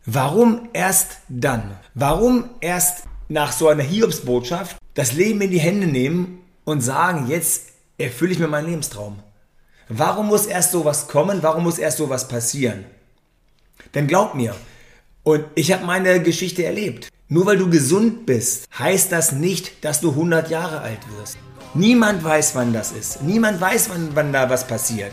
Warum erst dann? Warum erst nach so einer Hiobsbotschaft das Leben in die Hände nehmen und sagen, jetzt erfülle ich mir meinen Lebenstraum? Warum muss erst sowas kommen? Warum muss erst sowas passieren? Denn glaub mir, und ich habe meine Geschichte erlebt. Nur weil du gesund bist, heißt das nicht, dass du 100 Jahre alt wirst. Niemand weiß, wann das ist. Niemand weiß, wann da was passiert.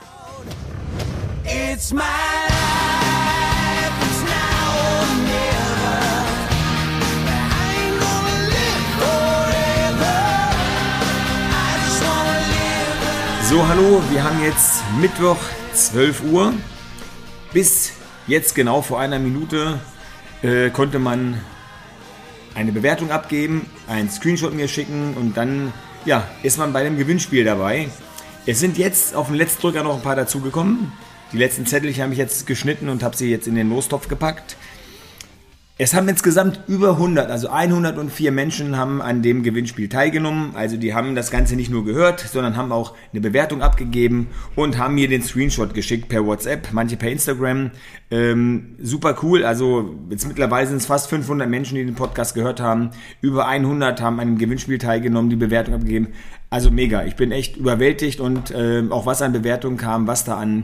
It's my life, it's now or never. I ain't gonna live forever. I just wanna live. So, hallo, wir haben jetzt Mittwoch, 12 Uhr. Bis jetzt genau vor einer Minute konnte man eine Bewertung abgeben, einen Screenshot mir schicken und dann ist man bei dem Gewinnspiel dabei. Es sind jetzt auf dem Letztdrücker noch ein paar dazugekommen. Die letzten Zettel habe ich jetzt geschnitten und habe sie jetzt in den Lostopf gepackt. Es haben insgesamt über 100, also 104 Menschen haben an dem Gewinnspiel teilgenommen. Also die haben das Ganze nicht nur gehört, sondern haben auch eine Bewertung abgegeben und haben mir den Screenshot geschickt per WhatsApp, manche per Instagram. Super cool, also jetzt mittlerweile sind es fast 500 Menschen, die den Podcast gehört haben. Über 100 haben an dem Gewinnspiel teilgenommen, die Bewertung abgegeben. Also mega, ich bin echt überwältigt und auch was an Bewertungen kam, was da an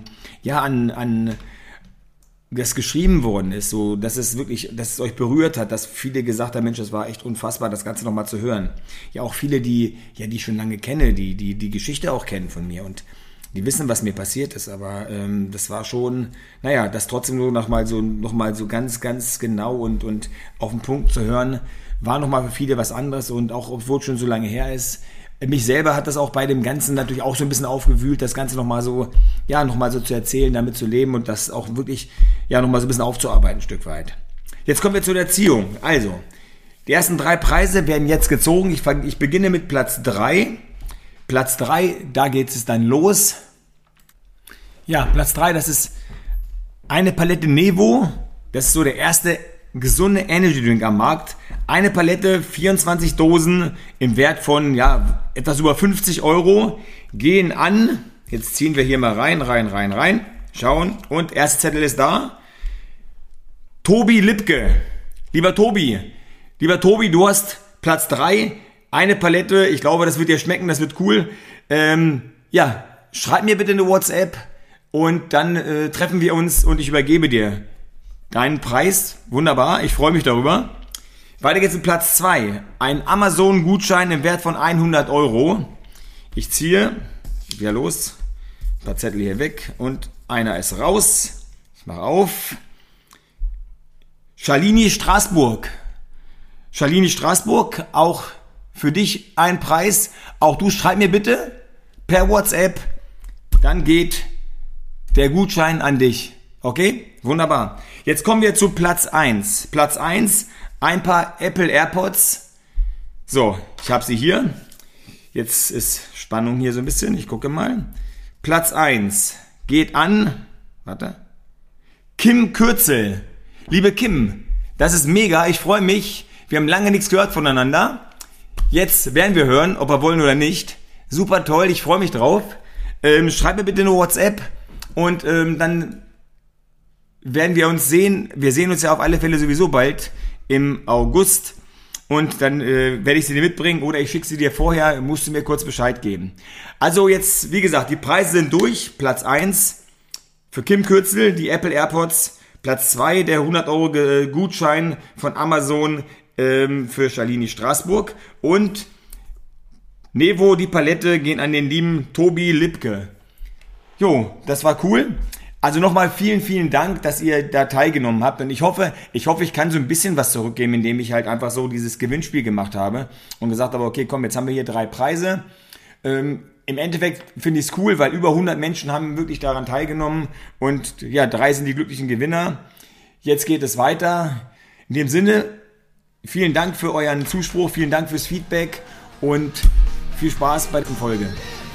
das geschrieben worden ist, so, dass es euch berührt hat, dass viele gesagt haben, Mensch, das war echt unfassbar, das Ganze nochmal zu hören. Ja, auch viele, die ich schon lange kenne, die Geschichte auch kennen von mir und die wissen, was mir passiert ist, aber das war schon, das trotzdem nur noch mal so ganz, ganz genau und auf den Punkt zu hören, war nochmal für viele was anderes und auch, obwohl es schon so lange her ist, mich selber hat das auch bei dem Ganzen natürlich auch so ein bisschen aufgewühlt, das Ganze nochmal so zu erzählen, damit zu leben und das auch wirklich, nochmal so ein bisschen aufzuarbeiten, ein Stück weit. Jetzt kommen wir zur Erziehung. Also, die ersten 3 Preise werden jetzt gezogen. Ich beginne mit Platz 3. Platz 3, da geht es dann los. Ja, Platz 3, das ist eine Palette Nevo. Das ist so der erste gesunde Energy Drink am Markt. Eine Palette, 24 Dosen im Wert von etwas über 50 Euro gehen an. Jetzt ziehen wir hier mal rein. Schauen. Und erster Zettel ist da. Tobi Lipke. Lieber Tobi, du hast Platz 3. Eine Palette. Ich glaube, das wird dir schmecken. Das wird cool. Schreib mir bitte eine WhatsApp und dann treffen wir uns und ich übergebe dir deinen Preis. Wunderbar. Ich freue mich darüber. Weiter geht's mit Platz 2. Ein Amazon-Gutschein im Wert von 100 Euro. Ich ziehe wieder los. Ein paar Zettel hier weg und einer ist raus. Ich mache auf. Schalini Straßburg, auch für dich ein Preis. Auch du schreib mir bitte per WhatsApp. Dann geht der Gutschein an dich. Okay? Wunderbar. Jetzt kommen wir zu Platz 1. Platz 1. Ein paar Apple AirPods. So, ich habe sie hier. Jetzt ist Spannung hier so ein bisschen. Ich gucke mal. Platz 1 geht an. Kim Kürzel. Liebe Kim, das ist mega. Ich freue mich. Wir haben lange nichts gehört voneinander. Jetzt werden wir hören, ob wir wollen oder nicht. Super toll. Ich freue mich drauf. Schreib mir bitte eine WhatsApp und dann werden wir uns sehen. Wir sehen uns ja auf alle Fälle sowieso bald im August und dann werde ich sie dir mitbringen oder ich schicke sie dir vorher, musst du mir kurz Bescheid geben. Also jetzt, wie gesagt, die Preise sind durch. Platz 1 für Kim Kürzel, die Apple AirPods. Platz 2 der 100 Euro Gutschein von Amazon für Schalini Straßburg und Nevo, die Palette, gehen an den lieben Tobi Lipke. Jo, das war cool. Also nochmal vielen, vielen Dank, dass ihr da teilgenommen habt und ich hoffe, ich kann so ein bisschen was zurückgeben, indem ich halt einfach so dieses Gewinnspiel gemacht habe und gesagt habe, okay, komm, jetzt haben wir hier 3 Preise. Im Endeffekt finde ich es cool, weil über 100 Menschen haben wirklich daran teilgenommen und 3 sind die glücklichen Gewinner. Jetzt geht es weiter. In dem Sinne, vielen Dank für euren Zuspruch, vielen Dank fürs Feedback und viel Spaß bei der Folge.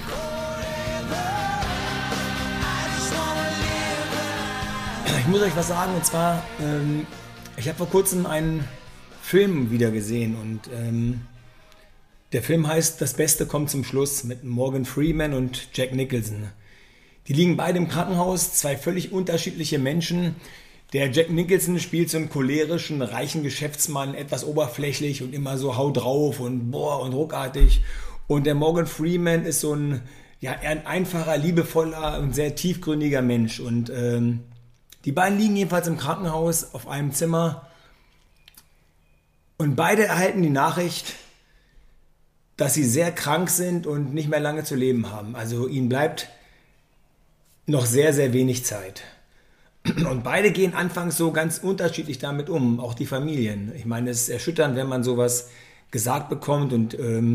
Ich muss euch was sagen, und zwar, ich habe vor kurzem einen Film wieder gesehen und der Film heißt Das Beste kommt zum Schluss mit Morgan Freeman und Jack Nicholson. Die liegen beide im Krankenhaus, 2 völlig unterschiedliche Menschen, Der Jack Nicholson spielt so einen cholerischen, reichen Geschäftsmann, etwas oberflächlich und immer so hau drauf und boah und ruckartig. Und der Morgan Freeman ist so ein, ja, eher ein einfacher, liebevoller und sehr tiefgründiger Mensch. Und die beiden liegen jedenfalls im Krankenhaus auf einem Zimmer und beide erhalten die Nachricht, dass sie sehr krank sind und nicht mehr lange zu leben haben. Also ihnen bleibt noch sehr, sehr wenig Zeit. Und beide gehen anfangs so ganz unterschiedlich damit um, auch die Familien. Ich meine, es ist erschütternd, wenn man sowas gesagt bekommt und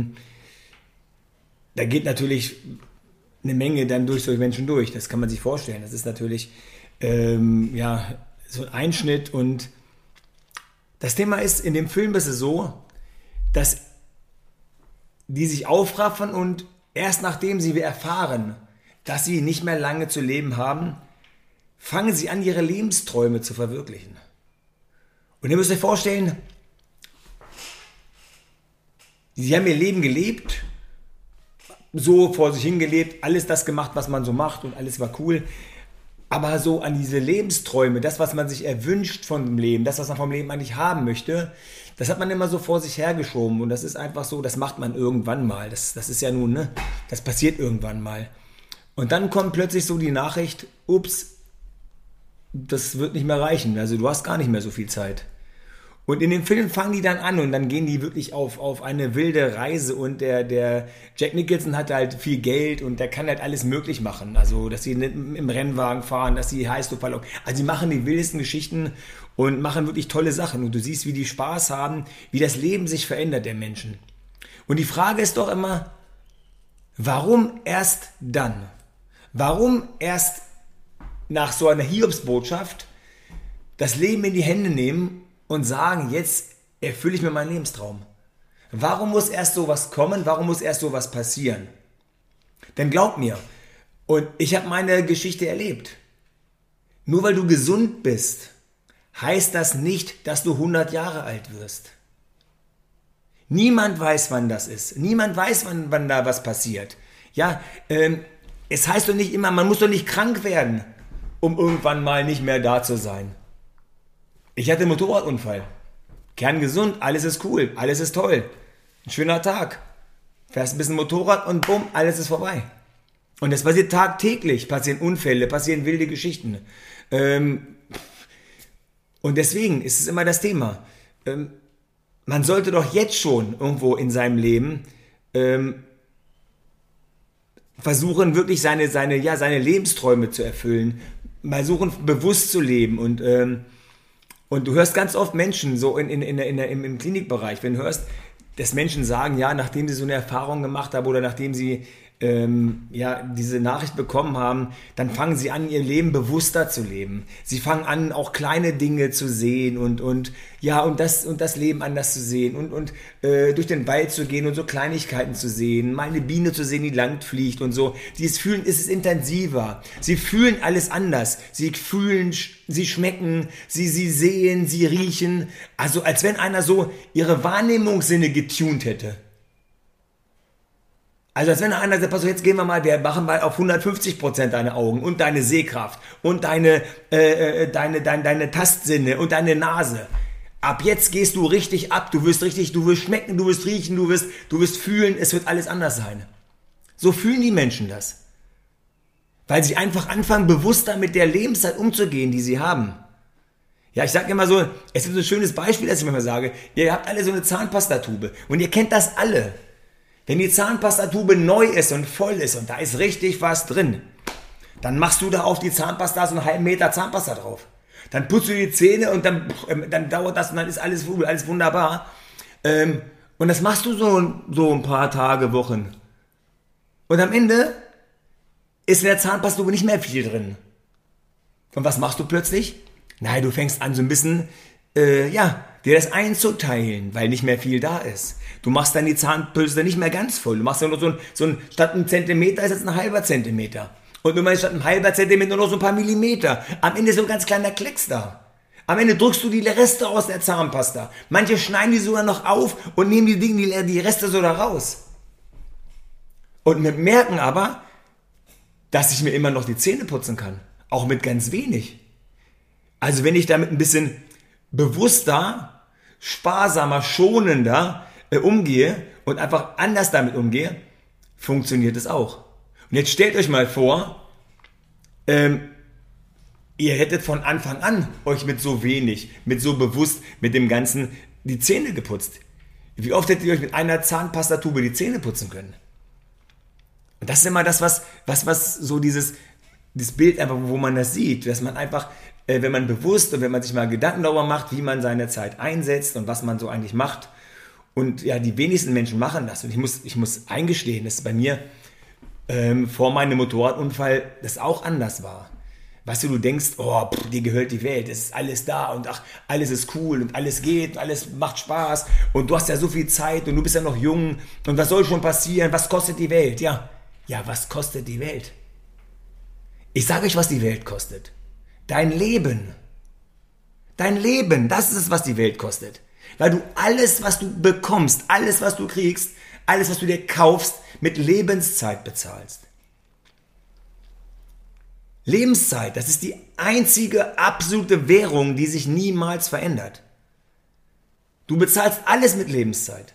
da geht natürlich eine Menge dann durch solche Menschen durch. Das kann man sich vorstellen. Das ist natürlich ja, so ein Einschnitt. Und das Thema ist, in dem Film ist es so, dass die sich aufraffen und erst nachdem sie erfahren, dass sie nicht mehr lange zu leben haben, fangen sie an, ihre Lebensträume zu verwirklichen. Und ihr müsst euch vorstellen, sie haben ihr Leben gelebt, so vor sich hingelebt, alles das gemacht, was man so macht und alles war cool. Aber so an diese Lebensträume, das, was man sich erwünscht von dem Leben, das, was man vom Leben eigentlich haben möchte, das hat man immer so vor sich hergeschoben. Und das ist einfach so, das macht man irgendwann mal. Das ist ja nun, ne? Das passiert irgendwann mal. Und dann kommt plötzlich so die Nachricht, ups, das wird nicht mehr reichen. Also du hast gar nicht mehr so viel Zeit. Und in dem Film fangen die dann an und dann gehen die wirklich auf eine wilde Reise und der Jack Nicholson hat halt viel Geld und der kann halt alles möglich machen. Also, dass sie im Rennwagen fahren, dass sie Heißluftballon, also sie machen die wildesten Geschichten und machen wirklich tolle Sachen und du siehst, wie die Spaß haben, wie das Leben sich verändert der Menschen. Und die Frage ist doch immer, warum erst dann? Warum erst nach so einer Hiobsbotschaft das Leben in die Hände nehmen und sagen, jetzt erfülle ich mir meinen Lebenstraum? Warum muss erst sowas kommen? Warum muss erst sowas passieren? Denn glaub mir, und ich habe meine Geschichte erlebt, nur weil du gesund bist, heißt das nicht, dass du 100 Jahre alt wirst. Niemand weiß, wann das ist. Niemand weiß, wann da was passiert. Ja, es heißt doch nicht immer, man muss doch nicht krank werden, um irgendwann mal nicht mehr da zu sein. Ich hatte einen Motorradunfall. Kerngesund, alles ist cool, alles ist toll. Ein schöner Tag. Fährst ein bisschen Motorrad und bumm, alles ist vorbei. Und das passiert tagtäglich. Passieren Unfälle, passieren wilde Geschichten. Und deswegen ist es immer das Thema. Man sollte doch jetzt schon irgendwo in seinem Leben versuchen, wirklich seine Lebensträume zu erfüllen. Versuchen, bewusst zu leben. Und du hörst ganz oft Menschen so im Klinikbereich, wenn du hörst, dass Menschen sagen, ja, nachdem sie so eine Erfahrung gemacht haben oder nachdem sie diese Nachricht bekommen haben, dann fangen sie an, ihr Leben bewusster zu leben. Sie fangen an, auch kleine Dinge zu sehen und das Leben anders zu sehen und durch den Wald zu gehen und so Kleinigkeiten zu sehen, mal eine Biene zu sehen, die lang fliegt und so. Es ist intensiver. Sie fühlen alles anders. Sie fühlen, sie schmecken, sie sehen, sie riechen. Also als wenn einer so ihre Wahrnehmungssinne getunt hätte. Also als wenn einer sagt, pass auf, jetzt gehen wir machen mal auf 150% deine Augen und deine Sehkraft und deine Tastsinne und deine Nase. Ab jetzt gehst du richtig ab, du wirst schmecken, du wirst riechen, du wirst fühlen, es wird alles anders sein. So fühlen die Menschen das. Weil sie einfach anfangen, bewusster mit der Lebenszeit umzugehen, die sie haben. Ja, ich sage immer so, es ist ein schönes Beispiel, das ich manchmal sage, ihr habt alle so eine Zahnpastatube und ihr kennt das alle. Wenn die Zahnpastatube neu ist und voll ist und da ist richtig was drin, dann machst du da auf die Zahnpasta so einen halben Meter Zahnpasta drauf. Dann putzt du die Zähne und dann dauert das und dann ist alles wunderbar. Und das machst du so ein paar Tage, Wochen. Und am Ende ist in der Zahnpastatube nicht mehr viel drin. Und was machst du plötzlich? Nein, du fängst an so ein bisschen, dir das einzuteilen, weil nicht mehr viel da ist. Du machst dann die Zahnbürste nicht mehr ganz voll. Du machst dann nur statt einem Zentimeter ist jetzt ein halber Zentimeter. Und wenn man statt einem halber Zentimeter nur noch so ein paar Millimeter. Am Ende ist so ein ganz kleiner Klecks da. Am Ende drückst du die Reste aus der Zahnpasta. Manche schneiden die sogar noch auf und nehmen die Reste so da raus. Und merken aber, dass ich mir immer noch die Zähne putzen kann. Auch mit ganz wenig. Also wenn ich damit ein bisschen bewusster, sparsamer, schonender umgehe und einfach anders damit umgehe, funktioniert es auch. Und jetzt stellt euch mal vor, ihr hättet von Anfang an euch mit so wenig, mit so bewusst, mit dem Ganzen die Zähne geputzt. Wie oft hättet ihr euch mit einer Zahnpastatube die Zähne putzen können? Und das ist immer das, was so das Bild einfach, wo man das sieht, dass man einfach, wenn man bewusst und wenn man sich mal Gedanken darüber macht, wie man seine Zeit einsetzt und was man so eigentlich macht. Und ja, die wenigsten Menschen machen das. Und ich muss eingestehen, dass bei mir vor meinem Motorradunfall das auch anders war. Weißt du denkst, oh, dir gehört die Welt, es ist alles da und ach, alles ist cool und alles geht und alles macht Spaß und du hast ja so viel Zeit und du bist ja noch jung und was soll schon passieren, was kostet die Welt? Ja, was kostet die Welt? Ich sage euch, was die Welt kostet. Dein Leben. Dein Leben, das ist es, was die Welt kostet. Weil du alles, was du bekommst, alles, was du kriegst, alles, was du dir kaufst, mit Lebenszeit bezahlst. Lebenszeit, das ist die einzige absolute Währung, die sich niemals verändert. Du bezahlst alles mit Lebenszeit.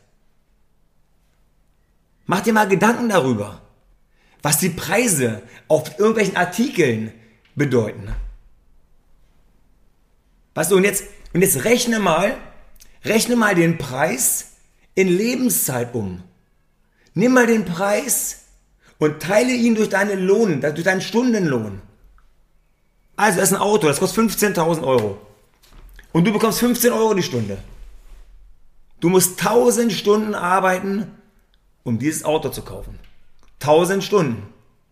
Mach dir mal Gedanken darüber, was die Preise auf irgendwelchen Artikeln bedeuten. Weißt du, und jetzt rechne mal den Preis in Lebenszeit um. Nimm mal den Preis und teile ihn durch deinen Stundenlohn. Also, das ist ein Auto, das kostet 15.000 Euro. Und du bekommst 15 Euro die Stunde. Du musst 1000 Stunden arbeiten, um dieses Auto zu kaufen. 1000 Stunden.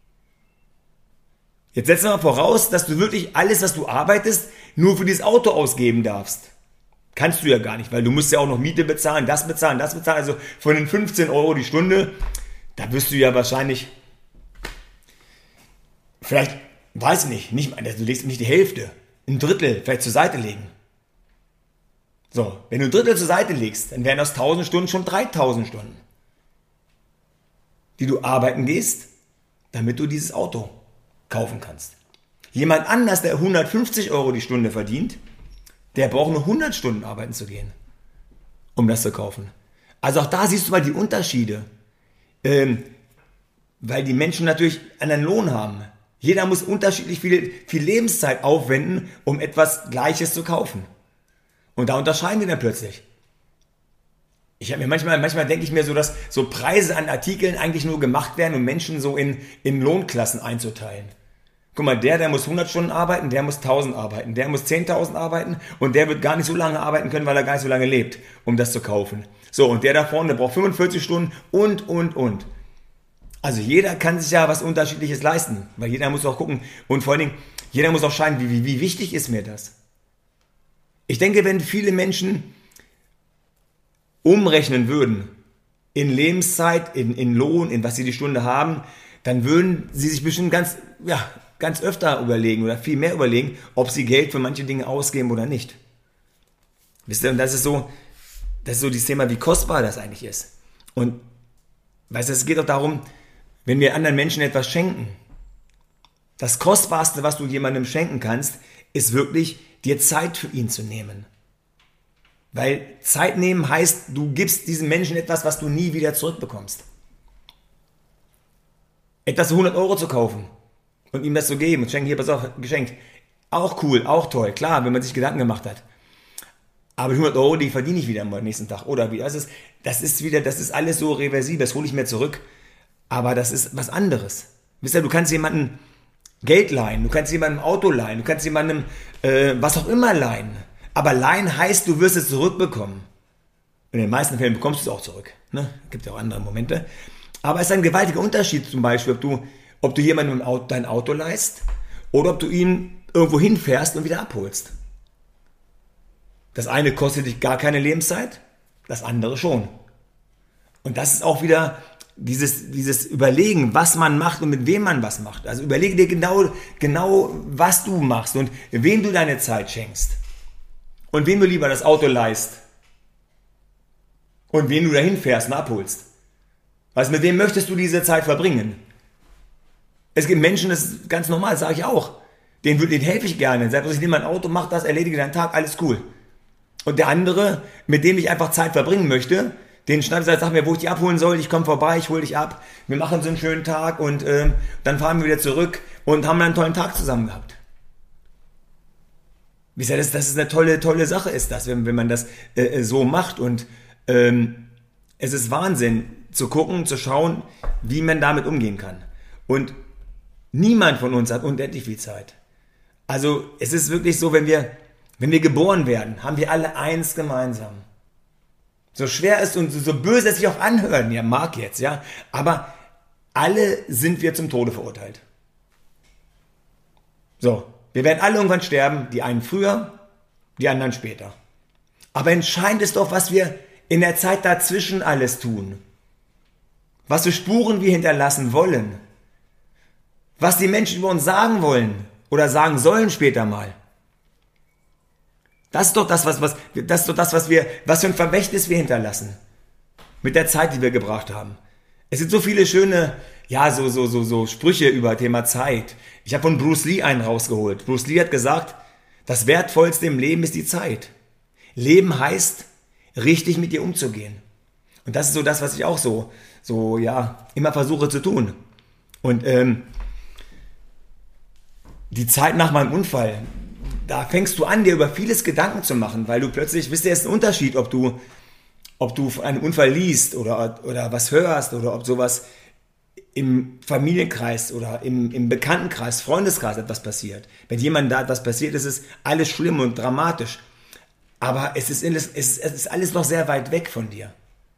Jetzt setzen wir mal voraus, dass du wirklich alles, was du arbeitest, nur für dieses Auto ausgeben darfst. Kannst du ja gar nicht, weil du musst ja auch noch Miete bezahlen, das bezahlen. Also von den 15 Euro die Stunde, da wirst du ja wahrscheinlich, vielleicht, weiß ich nicht, du legst nicht die Hälfte, ein Drittel vielleicht zur Seite legen. So, wenn du ein Drittel zur Seite legst, dann wären aus 1000 Stunden schon 3000 Stunden, die du arbeiten gehst, damit du dieses Auto kaufen kannst. Jemand anders, der 150 Euro die Stunde verdient, der braucht nur 100 Stunden arbeiten zu gehen, um das zu kaufen. Also auch da siehst du mal die Unterschiede, weil die Menschen natürlich einen Lohn haben. Jeder muss unterschiedlich viel Lebenszeit aufwenden, um etwas Gleiches zu kaufen. Und da unterscheiden wir dann plötzlich. Manchmal denke ich mir so, dass so Preise an Artikeln eigentlich nur gemacht werden, um Menschen so in Lohnklassen einzuteilen. Guck mal, der muss 100 Stunden arbeiten, der muss 1000 arbeiten, der muss 10.000 arbeiten und der wird gar nicht so lange arbeiten können, weil er gar nicht so lange lebt, um das zu kaufen. So, und der da vorne, der braucht 45 Stunden und. Also jeder kann sich ja was Unterschiedliches leisten, weil jeder muss auch gucken und vor allen Dingen, jeder muss auch schauen, wie wichtig ist mir das. Ich denke, wenn viele Menschen umrechnen würden in Lebenszeit, in Lohn, in was sie die Stunde haben, dann würden sie sich bestimmt ganz öfter überlegen oder viel mehr überlegen, ob sie Geld für manche Dinge ausgeben oder nicht. Wisst ihr, und das ist so dieses Thema, wie kostbar das eigentlich ist. Und weißt du, es geht auch darum, wenn wir anderen Menschen etwas schenken, das Kostbarste, was du jemandem schenken kannst, ist wirklich, dir Zeit für ihn zu nehmen. Weil Zeit nehmen heißt, du gibst diesem Menschen etwas, was du nie wieder zurückbekommst. Etwas für 100 Euro zu kaufen und ihm das zu geben und schenken, hier, pass auf, geschenkt. Auch cool, auch toll, klar, wenn man sich Gedanken gemacht hat. Aber die 100 Euro, die verdiene ich wieder am nächsten Tag oder wieder. Das ist alles so reversibel, das hole ich mir zurück. Aber das ist was anderes. Wisst ihr, du kannst jemandem Geld leihen, du kannst jemandem ein Auto leihen, du kannst jemandem was auch immer leihen. Aber leihen heißt, du wirst es zurückbekommen. In den meisten Fällen bekommst du es auch zurück. Ne? Gibt ja auch andere Momente. Aber es ist ein gewaltiger Unterschied zum Beispiel, ob du jemandem dein Auto leihst oder ob du ihn irgendwo hinfährst und wieder abholst. Das eine kostet dich gar keine Lebenszeit, das andere schon. Und das ist auch wieder dieses Überlegen, was man macht und mit wem man was macht. Also überlege dir genau, was du machst und wem du deine Zeit schenkst. Und wem du lieber das Auto leihst. Und wen du dahin fährst und abholst. Weißt, mit wem möchtest du diese Zeit verbringen? Es gibt Menschen, das ist ganz normal, das sage ich auch. Den helfe ich gerne. Sagt, ich nehme mein Auto, mach das, erledige deinen Tag, alles cool. Und der andere, mit dem ich einfach Zeit verbringen möchte, den schreibe ich, sag mir, wo ich dich abholen soll, ich komme vorbei, ich hole dich ab, wir machen so einen schönen Tag und dann fahren wir wieder zurück und haben einen tollen Tag zusammen gehabt. Wisst ihr, das ist eine tolle Sache, ist das, wenn man das so macht. Und es ist Wahnsinn, zu gucken, zu schauen, wie man damit umgehen kann. Und niemand von uns hat unendlich viel Zeit. Also es ist wirklich so, wenn wir geboren werden, haben wir alle eins gemeinsam. So schwer ist und so böse es sich auch anhören, ja, mag jetzt, ja, aber alle sind wir zum Tode verurteilt. So, wir werden alle irgendwann sterben, die einen früher, die anderen später. Aber entscheidend ist doch, was wir in der Zeit dazwischen alles tun. Was für Spuren wir hinterlassen wollen. Was die Menschen über uns sagen wollen oder sagen sollen später mal. Das ist doch das, was für ein Vermächtnis wir hinterlassen. Mit der Zeit, die wir gebracht haben. Es sind so viele schöne, ja, so Sprüche über Thema Zeit. Ich habe von Bruce Lee einen rausgeholt. Bruce Lee hat gesagt, das Wertvollste im Leben ist die Zeit. Leben heißt, richtig mit dir umzugehen. Und das ist so das, was ich auch immer versuche zu tun. Und die Zeit nach meinem Unfall, da fängst du an, dir über vieles Gedanken zu machen, weil du plötzlich, wisst ihr, es ist ein Unterschied, ob du einen Unfall liest oder was hörst oder ob sowas im Familienkreis oder im Bekanntenkreis, Freundeskreis etwas passiert. Wenn jemandem da etwas passiert, ist es alles schlimm und dramatisch. Aber es ist alles noch sehr weit weg von dir.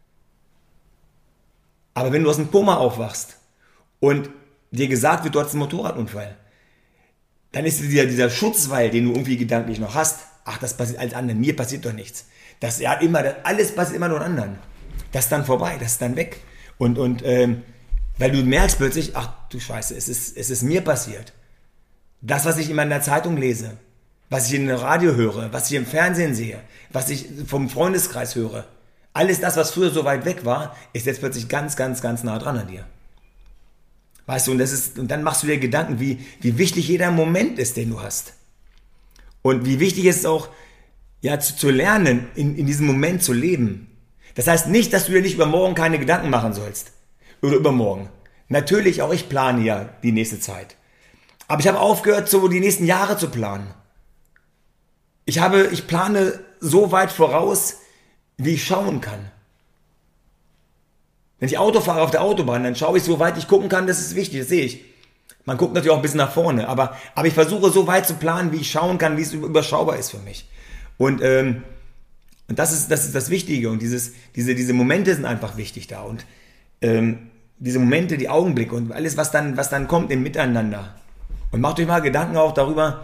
Aber wenn du aus dem Koma aufwachst und dir gesagt wird, du hattest einen Motorradunfall, dann ist dieser Schutzwall, den du irgendwie gedanklich noch hast, ach, das passiert alles anderen, mir passiert doch nichts. Alles passiert immer nur anderen. Das ist dann vorbei, das ist dann weg. Und weil du merkst plötzlich, ach du Scheiße, es ist mir passiert. Das, was ich immer in der Zeitung lese, was ich im Radio höre, was ich im Fernsehen sehe, was ich vom Freundeskreis höre, alles das, was früher so weit weg war, ist jetzt plötzlich ganz, ganz, ganz nah dran an dir. Weißt du, und dann machst du dir Gedanken, wie wichtig jeder Moment ist, den du hast. Und wie wichtig es ist auch, ja, zu lernen, in diesem Moment zu leben. Das heißt nicht, dass du dir nicht über morgen keine Gedanken machen sollst. Oder übermorgen. Natürlich, auch ich plane ja die nächste Zeit. Aber ich habe aufgehört, so die nächsten Jahre zu planen. Ich plane so weit voraus, wie ich schauen kann. Wenn ich Auto fahre auf der Autobahn, dann schaue ich so weit ich gucken kann, das ist wichtig, das sehe ich. Man guckt natürlich auch ein bisschen nach vorne, aber ich versuche so weit zu planen, wie ich schauen kann, wie es überschaubar ist für mich. Und das ist das Wichtige und diese Momente sind einfach wichtig da und diese Momente, die Augenblicke und alles, was dann kommt im Miteinander. Und macht euch mal Gedanken auch darüber,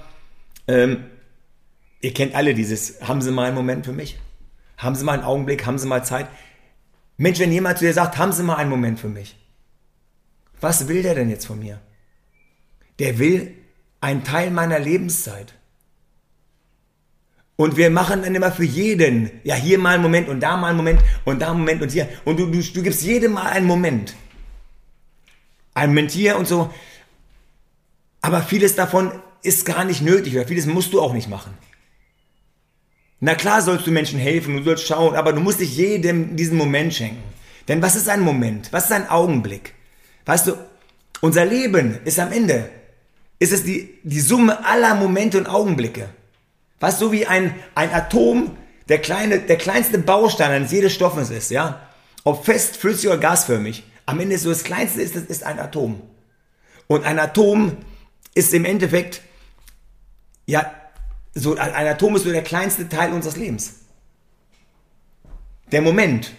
ihr kennt alle haben Sie mal einen Moment für mich? Haben Sie mal einen Augenblick? Haben Sie mal Zeit? Mensch, wenn jemand zu dir sagt, haben Sie mal einen Moment für mich. Was will der denn jetzt von mir? Der will einen Teil meiner Lebenszeit. Und wir machen dann immer für jeden, ja, hier mal einen Moment und da mal einen Moment und da einen Moment und hier. Und du gibst jedem mal einen Moment. Einen Moment hier und so. Aber vieles davon ist gar nicht nötig, oder vieles musst du auch nicht machen. Na klar sollst du Menschen helfen, du sollst schauen, aber du musst nicht jedem diesen Moment schenken. Denn was ist ein Moment? Was ist ein Augenblick? Weißt du, unser Leben ist am Ende, ist es die Summe aller Momente und Augenblicke. Weißt du, so wie ein Atom, der kleinste Baustein eines jedes Stoffes ist, ja? Ob fest, flüssig oder gasförmig. Am Ende ist so das Kleinste ist ein Atom. Und ein Atom ist im Endeffekt, ja, so ein Atom ist so der kleinste Teil unseres Lebens. Der Moment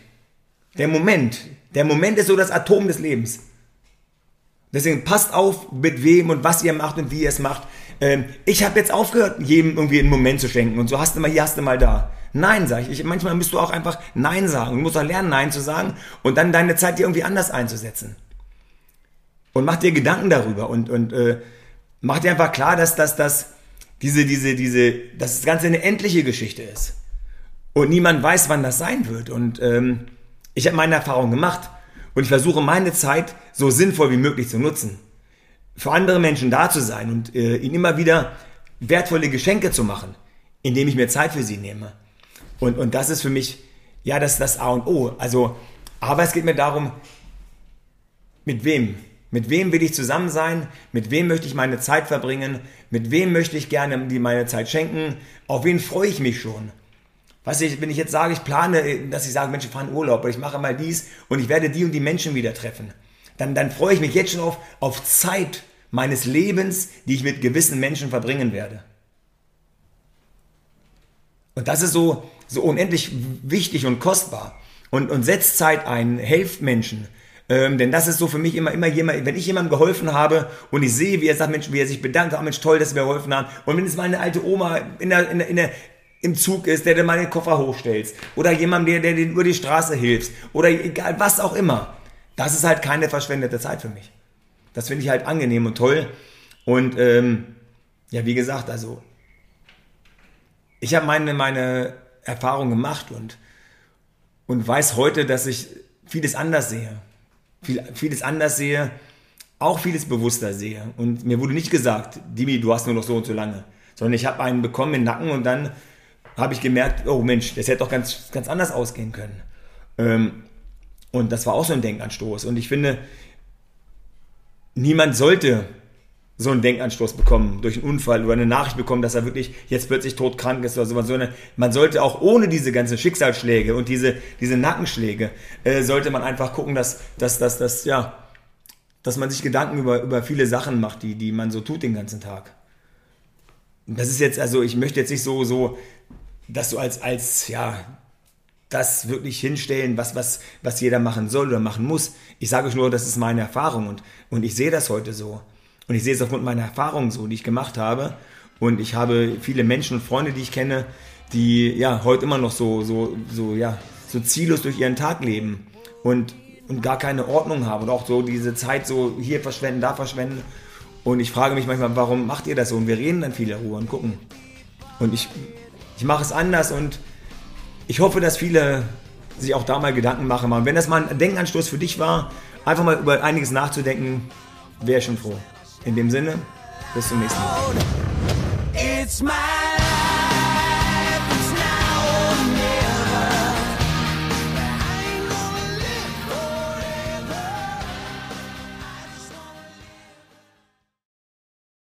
ist so das Atom des Lebens. Deswegen passt auf, mit wem und was ihr macht und wie ihr es macht. Ich habe jetzt aufgehört, jedem irgendwie einen Moment zu schenken und so hast du mal hier, hast du mal da. Nein, sage ich. Manchmal musst du auch einfach Nein sagen. Du musst auch lernen, Nein zu sagen und dann deine Zeit dir irgendwie anders einzusetzen. Und mach dir Gedanken darüber und mach dir einfach klar, dass das Ganze eine endliche Geschichte ist. Und niemand weiß, wann das sein wird. Und ich habe meine Erfahrung gemacht und ich versuche meine Zeit so sinnvoll wie möglich zu nutzen. für andere Menschen da zu sein und ihnen immer wieder wertvolle Geschenke zu machen, indem ich mir Zeit für sie nehme. Und das ist für mich, ja, das A und O. Also, aber es geht mir darum, mit wem? Mit wem will ich zusammen sein? Mit wem möchte ich meine Zeit verbringen? Mit wem möchte ich gerne meine Zeit schenken? Auf wen freue ich mich schon? Weißt du, wenn ich jetzt sage, ich plane, dass ich sage, Mensch, ich fahre in Urlaub oder ich mache mal dies und ich werde die und die Menschen wieder treffen, dann freue ich mich jetzt schon auf Zeit meines Lebens, die ich mit gewissen Menschen verbringen werde. Und das ist so unendlich wichtig und kostbar. Und setzt Zeit ein, helft Menschen. Denn das ist so für mich immer jemand, wenn ich jemandem geholfen habe und ich sehe, wie er sagt, Mensch, wie er sich bedankt, oh Mensch, toll, dass wir geholfen haben. Und wenn es mal eine alte Oma im Zug ist, der mal den Koffer hochstellt. Oder jemand, der den über die Straße hilft. Oder egal, was auch immer. Das ist halt keine verschwendete Zeit für mich. Das finde ich halt angenehm und toll. Und ja, wie gesagt, also ich habe meine Erfahrung gemacht und weiß heute, dass ich vieles anders sehe. Vieles anders sehe, auch vieles bewusster sehe. Und mir wurde nicht gesagt, Dimi, du hast nur noch so und so lange. Sondern ich habe einen bekommen im Nacken und dann habe ich gemerkt, oh Mensch, das hätte doch ganz, ganz anders ausgehen können. Und das war auch so ein Denkanstoß. Und ich finde, niemand sollte so einen Denkanstoß bekommen durch einen Unfall oder eine Nachricht bekommen, dass er wirklich jetzt plötzlich todkrank ist oder sowas. Man sollte auch ohne diese ganzen Schicksalsschläge und diese Nackenschläge, sollte man einfach gucken, dass man sich Gedanken über viele Sachen macht, die man so tut den ganzen Tag. Und das ist jetzt, also ich möchte jetzt nicht so das so als das wirklich hinstellen, was jeder machen soll oder machen muss. Ich sage euch nur, das ist meine Erfahrung und ich sehe das heute so. Und ich sehe es aufgrund meiner Erfahrungen so, die ich gemacht habe. Und ich habe viele Menschen und Freunde, die ich kenne, die ja heute immer noch so ziellos durch ihren Tag leben und gar keine Ordnung haben und auch so diese Zeit so hier verschwenden, da verschwenden. Und ich frage mich manchmal, warum macht ihr das so? Und wir reden dann viel darüber und gucken. Und ich mache es anders und ich hoffe, dass viele sich auch da mal Gedanken machen. Und wenn das mal ein Denkanstoß für dich war, einfach mal über einiges nachzudenken, wäre ich schon froh. In dem Sinne, bis zum nächsten Mal.